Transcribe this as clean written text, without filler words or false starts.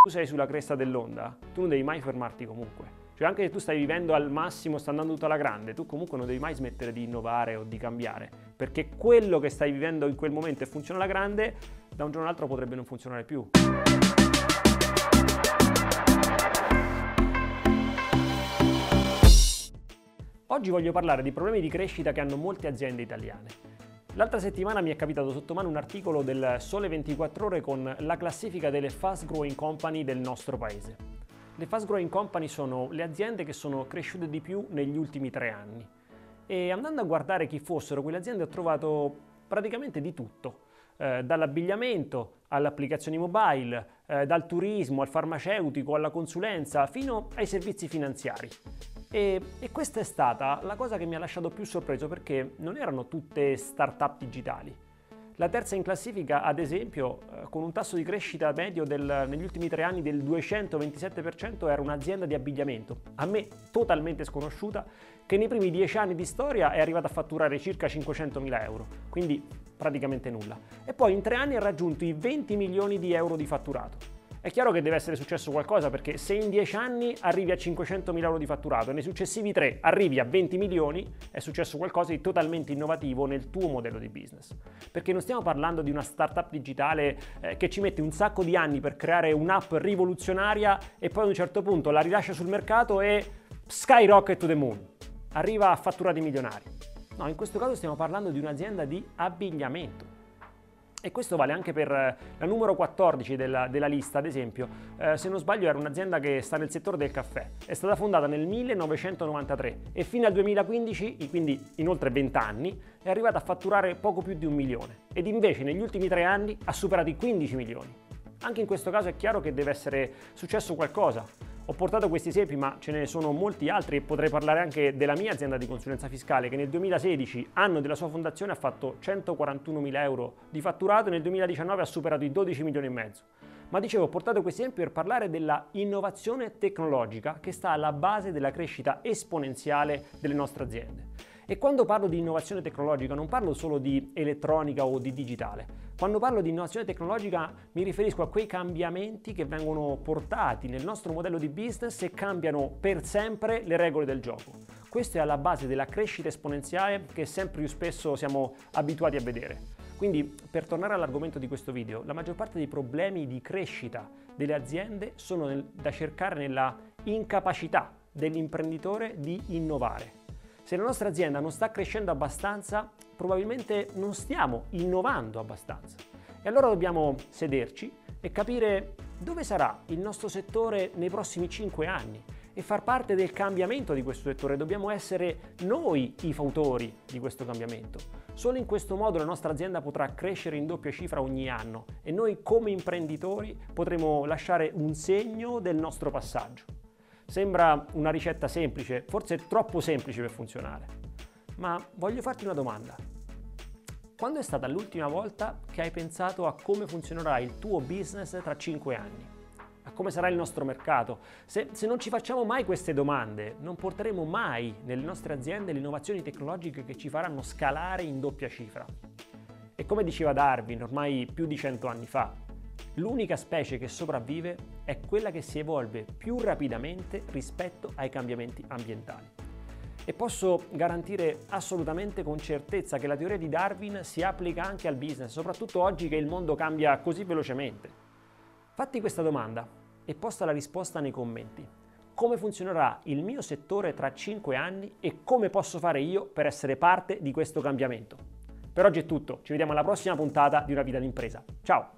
tu sei sulla cresta dell'onda, tu non devi mai fermarti comunque. Cioè anche se tu stai vivendo al massimo, sta andando tutto alla grande, tu comunque non devi mai smettere di innovare o di cambiare, perché quello che stai vivendo in quel momento e funziona alla grande, da un giorno all'altro potrebbe non funzionare più. Oggi voglio parlare di problemi di crescita che hanno molte aziende italiane. L'altra settimana mi è capitato sotto mano un articolo del Sole 24 Ore con la classifica delle fast growing company del nostro paese. Le fast growing company sono le aziende che sono cresciute di più negli ultimi 3 anni. E andando a guardare chi fossero quelle aziende ho trovato praticamente di tutto. Dall'abbigliamento alle applicazioni mobile, dal turismo al farmaceutico alla consulenza fino ai servizi finanziari. E questa è stata la cosa che mi ha lasciato più sorpreso perché non erano tutte start-up digitali. La terza in classifica, ad esempio, con un tasso di crescita medio negli ultimi 3 anni del 227%, era un'azienda di abbigliamento, a me totalmente sconosciuta, che nei primi 10 anni di storia è arrivata a fatturare circa 500.000 euro, quindi praticamente nulla. E poi in 3 anni ha raggiunto i 20 milioni di euro di fatturato. È chiaro che deve essere successo qualcosa perché se in 10 anni arrivi a 500.000 euro di fatturato e nei successivi 3 arrivi a 20 milioni, è successo qualcosa di totalmente innovativo nel tuo modello di business. Perché non stiamo parlando di una startup digitale che ci mette un sacco di anni per creare un'app rivoluzionaria e poi ad un certo punto la rilascia sul mercato e skyrocket to the moon. Arriva a fatturati milionari. No, in questo caso stiamo parlando di un'azienda di abbigliamento. E questo vale anche per la numero 14 della lista, ad esempio, se non sbaglio era un'azienda che sta nel settore del caffè, è stata fondata nel 1993 e fino al 2015, quindi in oltre 20 anni, è arrivata a fatturare poco più di 1 milione ed invece negli ultimi 3 anni ha superato i 15 milioni. Anche in questo caso è chiaro che deve essere successo qualcosa. Ho portato questi esempi, ma ce ne sono molti altri e potrei parlare anche della mia azienda di consulenza fiscale che nel 2016, anno della sua fondazione, ha fatto 141.000 euro di fatturato e nel 2019 ha superato i 12 milioni e mezzo. Ma dicevo, ho portato questi esempi per parlare della innovazione tecnologica che sta alla base della crescita esponenziale delle nostre aziende. E quando parlo di innovazione tecnologica non parlo solo di elettronica o di digitale. Quando parlo di innovazione tecnologica mi riferisco a quei cambiamenti che vengono portati nel nostro modello di business e cambiano per sempre le regole del gioco. Questo è alla base della crescita esponenziale che sempre più spesso siamo abituati a vedere. Quindi, per tornare all'argomento di questo video, la maggior parte dei problemi di crescita delle aziende sono da cercare nella incapacità dell'imprenditore di innovare. Se la nostra azienda non sta crescendo abbastanza, probabilmente non stiamo innovando abbastanza. E allora dobbiamo sederci e capire dove sarà il nostro settore nei prossimi 5 anni e far parte del cambiamento di questo settore. Dobbiamo essere noi i fautori di questo cambiamento. Solo in questo modo la nostra azienda potrà crescere in doppia cifra ogni anno e noi come imprenditori potremo lasciare un segno del nostro passaggio. Sembra una ricetta semplice, forse troppo semplice per funzionare. Ma voglio farti una domanda. Quando è stata l'ultima volta che hai pensato a come funzionerà il tuo business tra 5 anni? A come sarà il nostro mercato? Se non ci facciamo mai queste domande, non porteremo mai nelle nostre aziende le innovazioni tecnologiche che ci faranno scalare in doppia cifra. E come diceva Darwin ormai più di 100 anni fa, l'unica specie che sopravvive è quella che si evolve più rapidamente rispetto ai cambiamenti ambientali. E posso garantire assolutamente con certezza che la teoria di Darwin si applica anche al business, soprattutto oggi che il mondo cambia così velocemente. Fatti questa domanda e posta la risposta nei commenti. Come funzionerà il mio settore tra 5 anni e come posso fare io per essere parte di questo cambiamento? Per oggi è tutto, ci vediamo alla prossima puntata di Una vita d'impresa. Ciao!